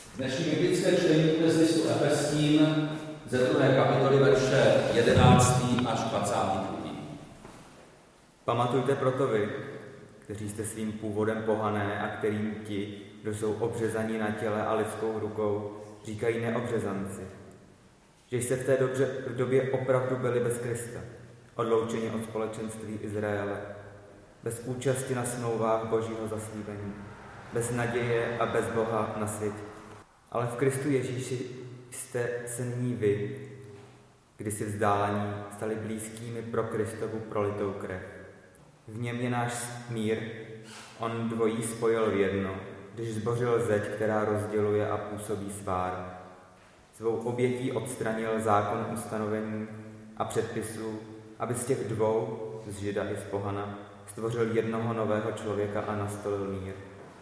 Dnešní biblické čtení z listu Efeským ze 2. kapitoly verše 11. až 22. Pamatujte proto vy, kteří jste svým původem pohané a kterým ti, kdo jsou obřezaní na těle a lidskou rukou, říkají neobřezanci, že jste v té době opravdu byli bez Krista, odloučeni od společenství Izraele, bez účasti na smlouvách Božího zaslíbení, bez naděje a bez Boha na světě. Ale v Kristu Ježíši jste se nyní vy, kdysi vzdálení, stali blízkými pro Kristovu prolitou krev. V něm je náš mír, on dvojí spojil v jedno, když zbořil zeď, která rozděluje a působí svár. Svou obětí odstranil zákon ustanovení a předpisů, aby z těch dvou, z Žida i z pohana, stvořil jednoho nového člověka a nastolil mír.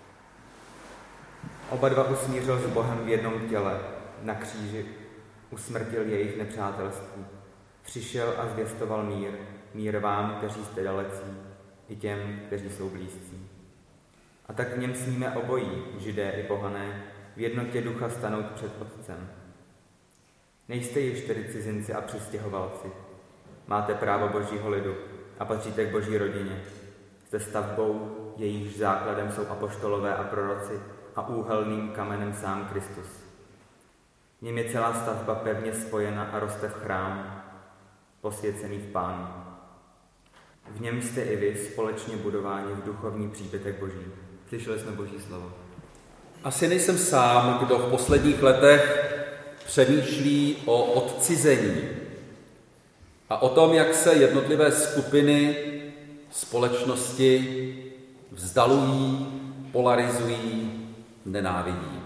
Oba dva usmířil s Bohem v jednom těle, na kříži usmrtil jejich nepřátelství. Přišel a zvěstoval mír, mír vám, kteří jste dalecí, i těm, kteří jsou blízcí. A tak v něm smíme obojí, Židé i pohané, v jednotě ducha stanout před Otcem. Nejste již tedy cizinci a přistěhovalci. Máte právo Božího lidu a patříte k Boží rodině. Jste stavbou, jejíž základem jsou apoštolové a proroci a úhelným kamenem sám Kristus. V něm je celá stavba pevně spojena a roste v chrám, posvěcený v Pánu. V něm jste i vy společně budováni v duchovní příbytek Boží. Slyšeli jsme Boží slovo. Asi nejsem sám, kdo v posledních letech přemýšlí o odcizení a o tom, jak se jednotlivé skupiny společnosti vzdalují, polarizují, nenávidí.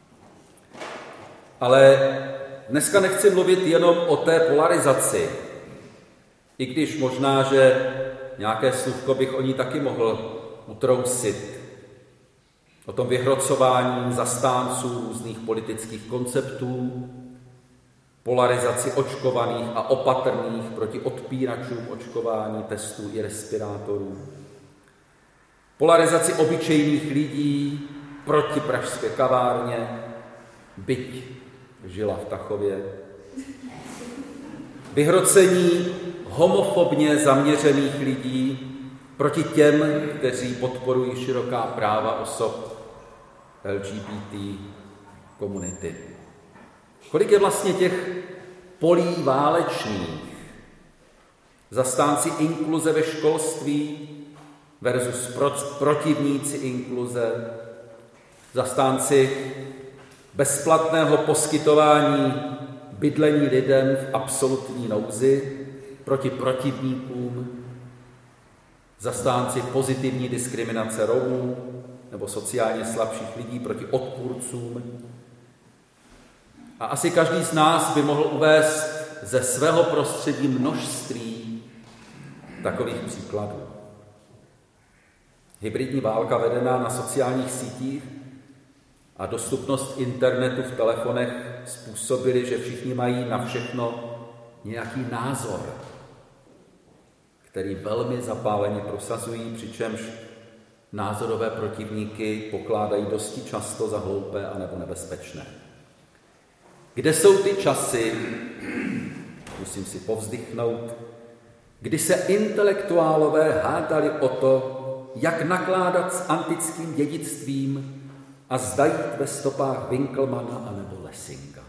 Ale dneska nechci mluvit jenom o té polarizaci, i když možná, že nějaké slůvko bych o ní taky mohl utrousit. O tom vyhrocování zastánců různých politických konceptů, polarizaci očkovaných a opatrných proti odpíračům očkování, testů i respirátorů. Polarizaci obyčejných lidí proti pražské kavárně, byť žila v Tachově. Vyhrocení homofobně zaměřených lidí proti těm, kteří podporují široká práva osob LGBT komunity. Kolik je vlastně těch polí válečných? Zastánci inkluze ve školství versus protivníci inkluze, zastánci bezplatného poskytování bydlení lidem v absolutní nouzi proti protivníkům, zastánci pozitivní diskriminace Romů nebo sociálně slabších lidí proti odpůrcům. A asi každý z nás by mohl uvést ze svého prostředí množství takových příkladů. Hybridní válka vedená na sociálních sítích a dostupnost internetu v telefonech způsobily, že všichni mají na všechno nějaký názor, který velmi zapáleně prosazují, přičemž názorové protivníky pokládají dosti často za hloupé a nebo nebezpečné. Kde jsou ty časy, musím si povzdychnout, kdy se intelektuálové hádali o to, jak nakládat s antickým dědictvím a zda jít ve stopách Winkelmana anebo Lessinga.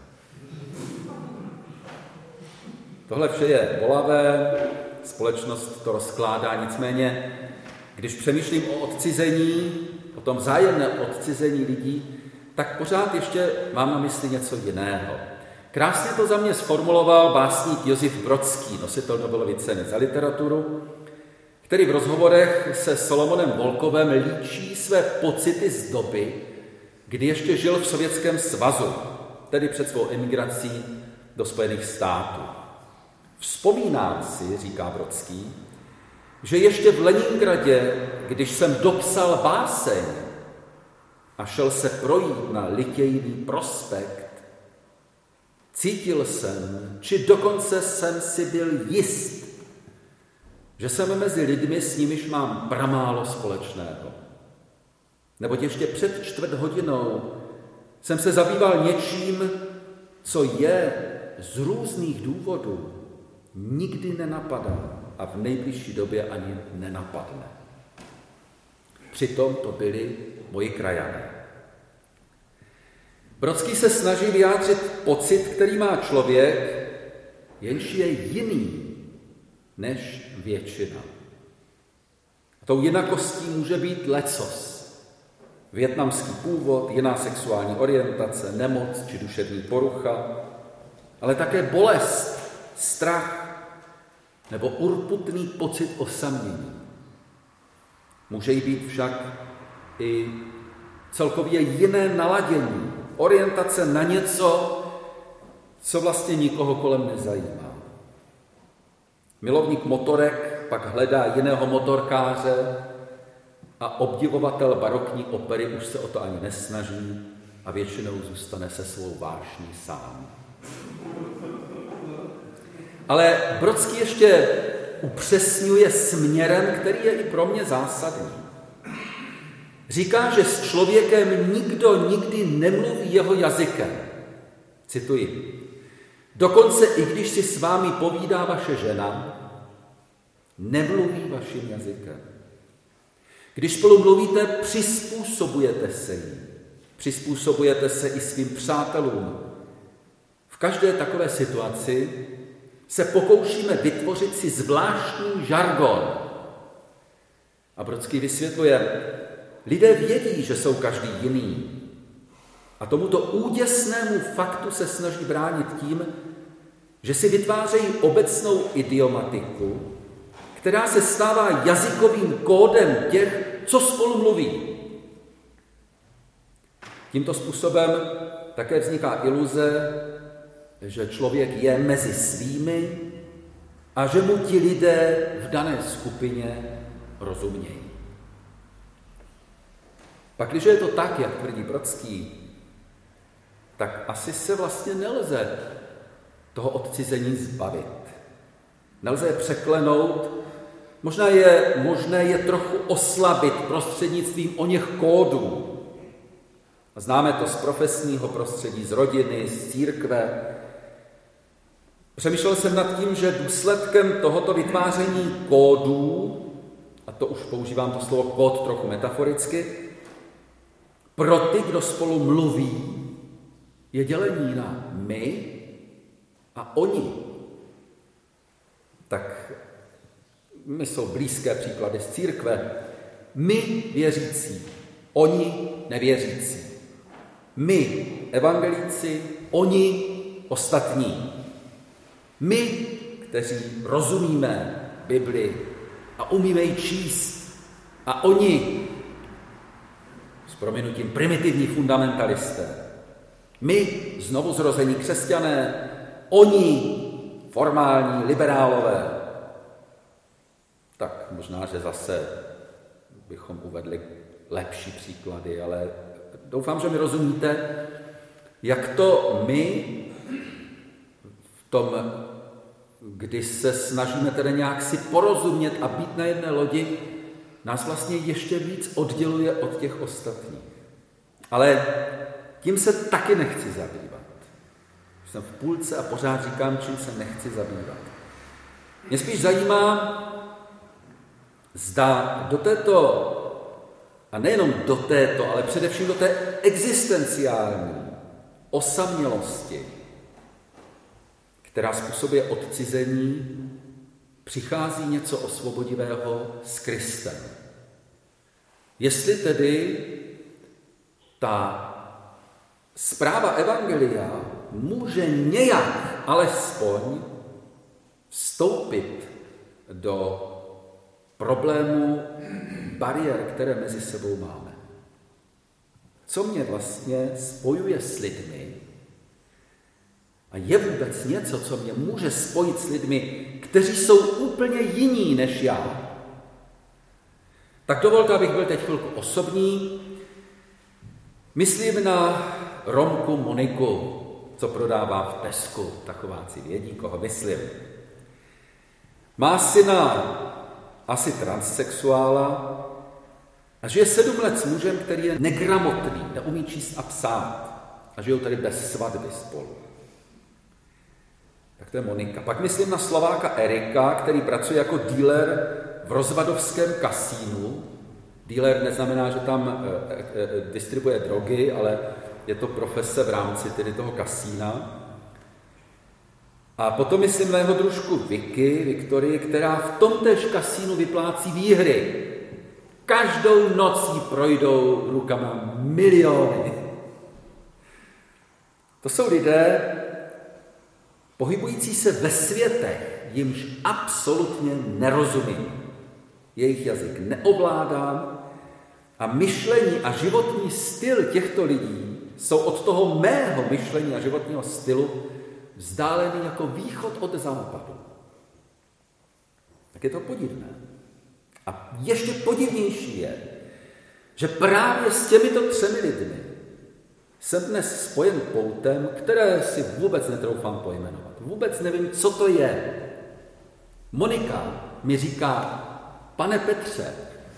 Tohle vše je bolavé, společnost to rozkládá, nicméně, když přemýšlím o odcizení, o tom vzájemném odcizení lidí, tak pořád ještě mám na mysli něco jiného. Krásně to za mě sformuloval básník Josef Brodský, nositel Nobelovy ceny za literaturu, který v rozhovorech se Solomonem Volkovem líčí své pocity z doby, kdy ještě žil v Sovětském svazu, tedy před svou emigrací do Spojených států. Vzpomínám si, říká Brodský, že ještě v Leningradě, když jsem dopsal báseň a šel se projít na Litějný prospekt, cítil jsem, či dokonce jsem si byl jist, že jsem mezi lidmi, s nimiž mám pramálo společného. Neboť ještě před 4 hodinou jsem se zabýval něčím, co je z různých důvodů nikdy nenapadá a v nejbližší době ani nenapadne. Přitom to byli moji krajané. Brodský se snaží vyjádřit pocit, který má člověk, jenž je jiný než většina. A tou jinakostí může být lecos. Vietnamský původ, jiná sexuální orientace, nemoc či duševní porucha, ale také bolest, strach nebo urputný pocit osamění. Může jí být však i celkově jiné naladění, orientace na něco, co vlastně nikoho kolem nezajímá. Milovník motorek pak hledá jiného motorkáře a obdivovatel barokní opery už se o to ani nesnaží a většinou zůstane se svou vášní sám. Ale Brodský ještě upřesňuje směrem, který je i pro mě zásadní. Říká, že s člověkem nikdo nikdy nemluví jeho jazykem. Cituji. Dokonce i když si s vámi povídá vaše žena, nemluví vaším jazykem. Když spolu mluvíte, přizpůsobujete se jí. Přizpůsobujete se i svým přátelům. V každé takové situaci se pokoušíme vytvořit si zvláštní žargon. A Brodský vysvětluje, lidé vědí, že jsou každý jiný. A tomuto úděsnému faktu se snaží bránit tím, že si vytvářejí obecnou idiomatiku, která se stává jazykovým kódem těch, co spolu mluví. Tímto způsobem také vzniká iluze, že člověk je mezi svými a že mu ti lidé v dané skupině rozumějí. Pakliže je to tak, jak tvrdí Brodský, tak asi se vlastně nelze toho odcizení zbavit. Nelze je překlenout, možná je možné je trochu oslabit prostřednictvím oněch kódů. A známe to z profesního prostředí, z rodiny, z církve. Přemýšlel jsem nad tím, že důsledkem tohoto vytváření kódů, a to už používám to slovo kód trochu metaforicky, pro ty, kdo spolu mluví, je dělení na my a oni. Tak my jsou blízké příklady z církve. My věřící, oni nevěřící. My evangelíci, oni ostatní. My, kteří rozumíme Bibli a umíme ji číst. A oni, s prominutím primitivní fundamentalisté. My, znovuzrození křesťané, oni, formální liberálové. Tak možná, že zase bychom uvedli lepší příklady, ale doufám, že mi rozumíte, jak to my v tom, kdy se snažíme tedy nějak si porozumět a být na jedné lodi, nás vlastně ještě víc odděluje od těch ostatních. Ale tím se taky nechci zabývat. Jsem v půlce a pořád říkám, čím se nechci zabývat. Mě spíš zajímá, zda do této, a nejenom do této, ale především do té existenciální osamělosti, která způsobuje odcizení, přichází něco osvobodivého s Kristem. Jestli tedy ta zpráva evangelia může nějak alespoň vstoupit do problému bariér, které mezi sebou máme. Co mě vlastně spojuje s lidmi a je vůbec něco, co mě může spojit s lidmi, kteří jsou úplně jiní než já. Tak dovolte, abych byl teď chvilku osobní. Myslím na Romku Moniku, co prodává v Tesku. Takováci vědí, koho myslím. Má syna asi transsexuála a žije 7 let s mužem, který je negramotný, neumí číst a psát. a žijou tady bez svatby spolu. Tak to je Monika. Pak myslím na Slováka Erika, který pracuje jako dealer v rozvadovském kasínu. Dealer neznamená, že tam distribuje drogy, ale je to profese v rámci tedy toho kasína. A potom myslím na jeho družku Viktorii, která v tomtéž kasínu vyplácí výhry. Každou noc jí projdou rukama miliony. To jsou lidé, pohybující se ve světech, jimž absolutně nerozumím. Jejich jazyk neovládám a myšlení a životní styl těchto lidí jsou od toho mého myšlení a životního stylu vzdálený jako východ od západu. Tak je to podivné. A ještě podivnější je, že právě s těmito 3 lidmi jsem dnes spojen poutem, které si vůbec netroufám pojmenovat. Vůbec nevím, co to je. Monika mi říká, pane Petře,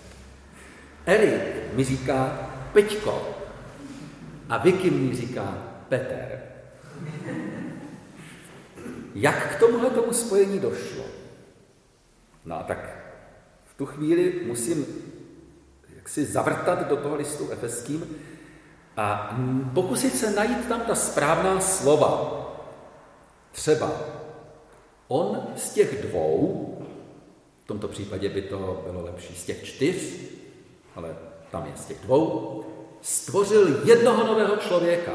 Erik mi říká, Peťko, a Vicky mi říká, Petr. Jak k tomu spojení došlo? No a tak v tu chvíli musím jaksi zavrtat do toho listu Efeským a pokusit se najít tam ta správná slova. Třeba on z těch 2, v tomto případě by to bylo lepší z těch 4, ale tam je z těch 2, stvořil jednoho nového člověka.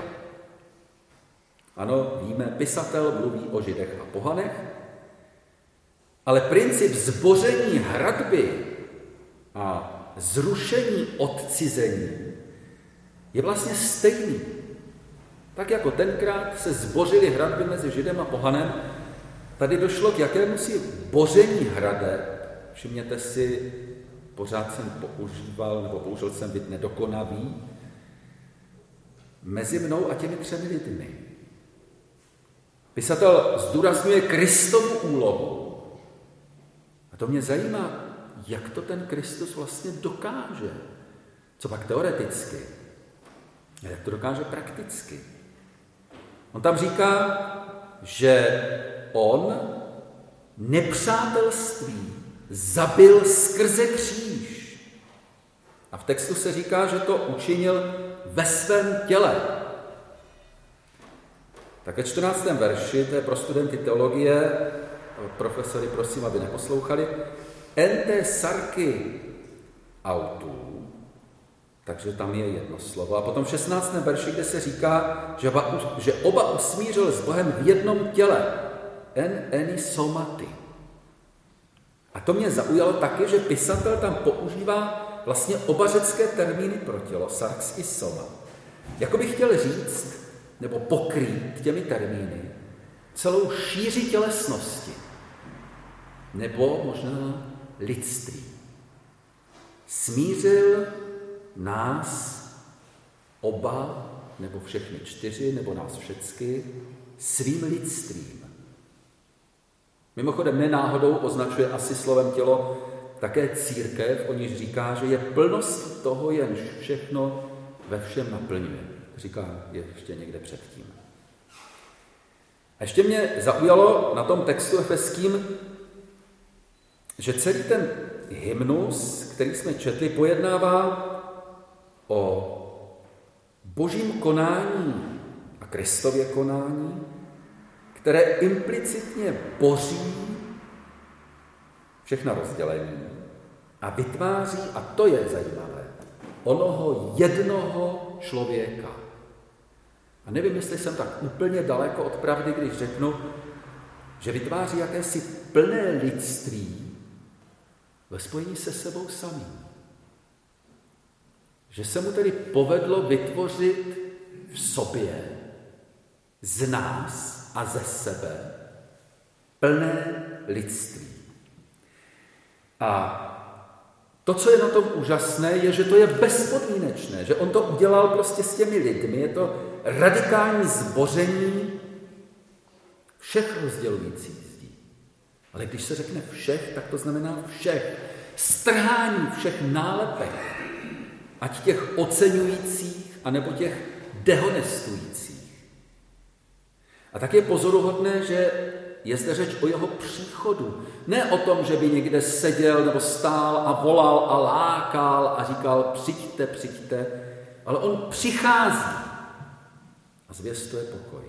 Ano, víme, pisatel mluví o Židech a pohanech, ale princip zboření hradby a zrušení odcizení je vlastně stejný. Tak jako tenkrát se zbořily hradby mezi Židem a pohanem, tady došlo k jakémusi boření hradeb. Všimněte si, pořád jsem použil jsem být nedokonavý, mezi mnou a těmi 3 lidmi. Pisatel zdůrazňuje Kristovu úlohu. A to mě zajímá, jak to ten Kristus vlastně dokáže. Co pak teoreticky? Jak to dokáže prakticky? On tam říká, že on nepřátelství zabil skrze kříž. A v textu se říká, že to učinil ve svém těle. Tak ve 14. verši, to je pro studenty teologie, profesory prosím, aby neposlouchali, ente sarky autu, takže tam je jedno slovo. A potom v 16. verši, kde se říká, že oba usmířil s Bohem v jednom těle. Eni somati. A to mě zaujalo taky, že pisatel tam používá vlastně oba řecké termíny pro tělo, sarx i soma. Jako bych chtěl říct, nebo pokrýt těmi termíny celou šíři tělesnosti, nebo možná lidství. Smířil nás oba, nebo všechny 4, nebo nás všecky, svým lidstvím. Mimochodem nenáhodou označuje asi slovem tělo také církev, o níž říká, že je plnost toho, jenž všechno ve všem naplňuje. Říká ještě někde předtím. A ještě mě zaujalo na tom textu efeským, že celý ten hymnus, který jsme četli, pojednává o božím konání a Kristově konání, které implicitně boří všechna rozdělení a vytváří, a to je zajímavé, onoho jednoho člověka. A nevím, jestli jsem tak úplně daleko od pravdy, když řeknu, že vytváří jakési plné lidství ve spojení se sebou samým. Že se mu tedy povedlo vytvořit v sobě, z nás a ze sebe, plné lidství. A to, co je na tom úžasné, je, že to je bezpodmínečné, že on to udělal prostě s těmi lidmi, je to radikální zboření všech rozdělujících zdí. Ale když se řekne všech, tak to znamená všech. Strhání všech nálepek, ať těch oceňujících, anebo těch dehonestujících. A tak je pozoruhodné, že je zde řeč o jeho příchodu. Ne o tom, že by někde seděl nebo stál a volal a lákal a říkal přijďte, přijďte, ale on přichází a zvěstuje pokoj.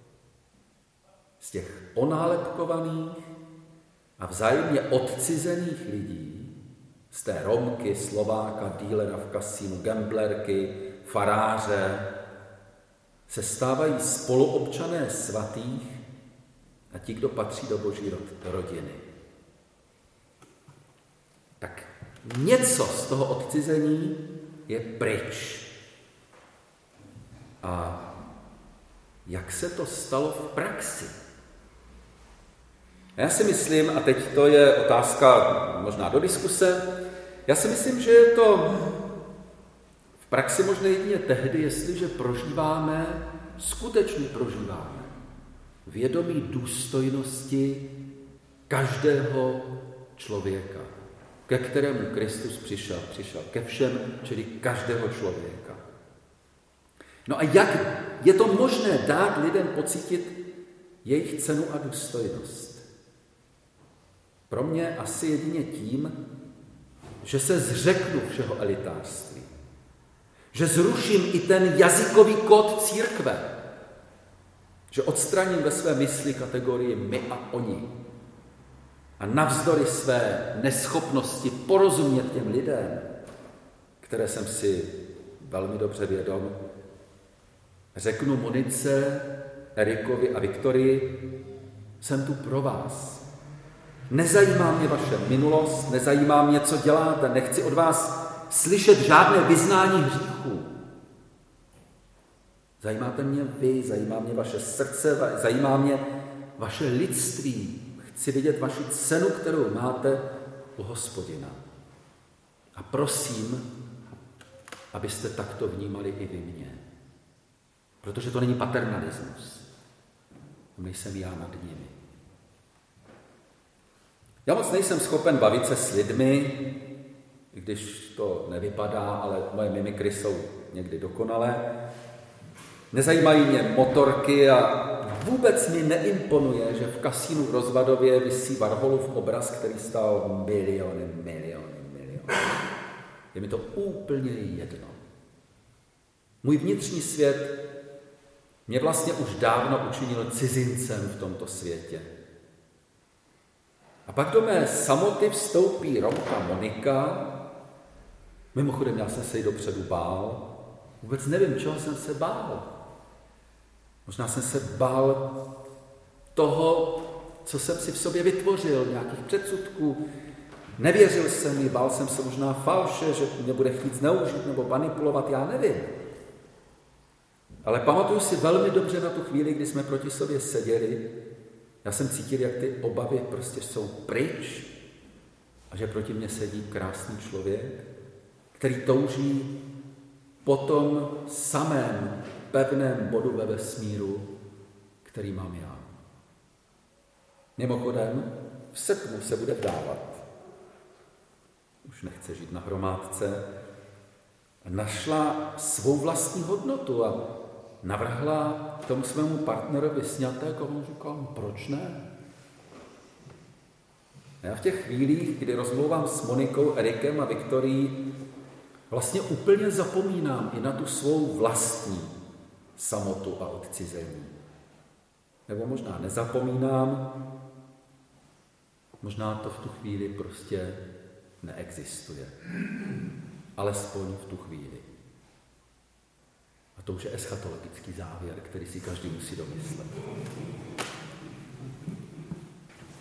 Z těch onálepkovaných a vzájemně odcizených lidí, z té Romky, Slováka, dílera v kasínu, gamblerky, faráře, se stávají spoluobčané svatých a ti, kdo patří do Boží rodiny. Tak něco z toho odcizení je pryč. A jak se to stalo v praxi? Já si myslím, a teď to je otázka možná do diskuse, já si myslím, že je to v praxi možná jedině tehdy, jestliže skutečně prožíváme vědomí důstojnosti každého člověka, ke kterému Kristus přišel ke všem, čili každého člověka. No a jak je to možné dát lidem pocítit jejich cenu a důstojnost? Pro mě asi jedině tím, že se zřeknu všeho elitářství. Že zruším i ten jazykový kód církve. Že odstraním ve své mysli kategorii my a oni. A navzdory své neschopnosti porozumět těm lidem, které jsem si velmi dobře vědom, řeknu Monice, Erikovi a Viktorii, jsem tu pro vás. Nezajímá mě vaše minulost, nezajímá mě, co děláte, nechci od vás slyšet žádné vyznání hříchů. Zajímáte mě vy, zajímá mě vaše srdce, zajímá mě vaše lidství. Chci vidět vaši cenu, kterou máte u Hospodina. A prosím, abyste takto vnímali i vy mě. Protože to není paternalismus. Nejsem já nad nimi. Já moc nejsem schopen bavit se s lidmi, i když to nevypadá, ale moje mimikry jsou někdy dokonalé. Nezajímají mě motorky a vůbec mi neimponuje, že v kasínu v Rozvadově visí Warholův obraz, který stál miliony. Je mi to úplně jedno. Můj vnitřní svět mě vlastně už dávno učinil cizincem v tomto světě. A pak do mé samoty vstoupí Romka Monika. Mimochodem, já jsem se jí dopředu bál. Vůbec nevím, čeho jsem se bál. Možná jsem se bál toho, co jsem si v sobě vytvořil, nějakých předsudků. Nevěřil jsem jí, bál jsem se možná falše, že mě bude chtít zneužít nebo manipulovat, já nevím. Ale pamatuju si velmi dobře na tu chvíli, kdy jsme proti sobě seděli. Já jsem cítil, jak ty obavy prostě jsou pryč a že proti mně sedí krásný člověk, který touží po tom samém pevném bodu ve vesmíru, který mám já. Mimochodem, v srpnu se bude vdávat. Už nechce žít na hromádce. Našla svou vlastní hodnotu a navrhla tomu svému partnerovi sňatek a on říkal, proč ne? A já v těch chvílích, kdy rozmlouvám s Monikou, Erikem a Viktorií, vlastně úplně zapomínám i na tu svou vlastní samotu a odcizení. Nebo možná nezapomínám, možná to v tu chvíli prostě neexistuje. Alespoň v tu chvíli. A to už je eschatologický závěr, který si každý musí domyslet.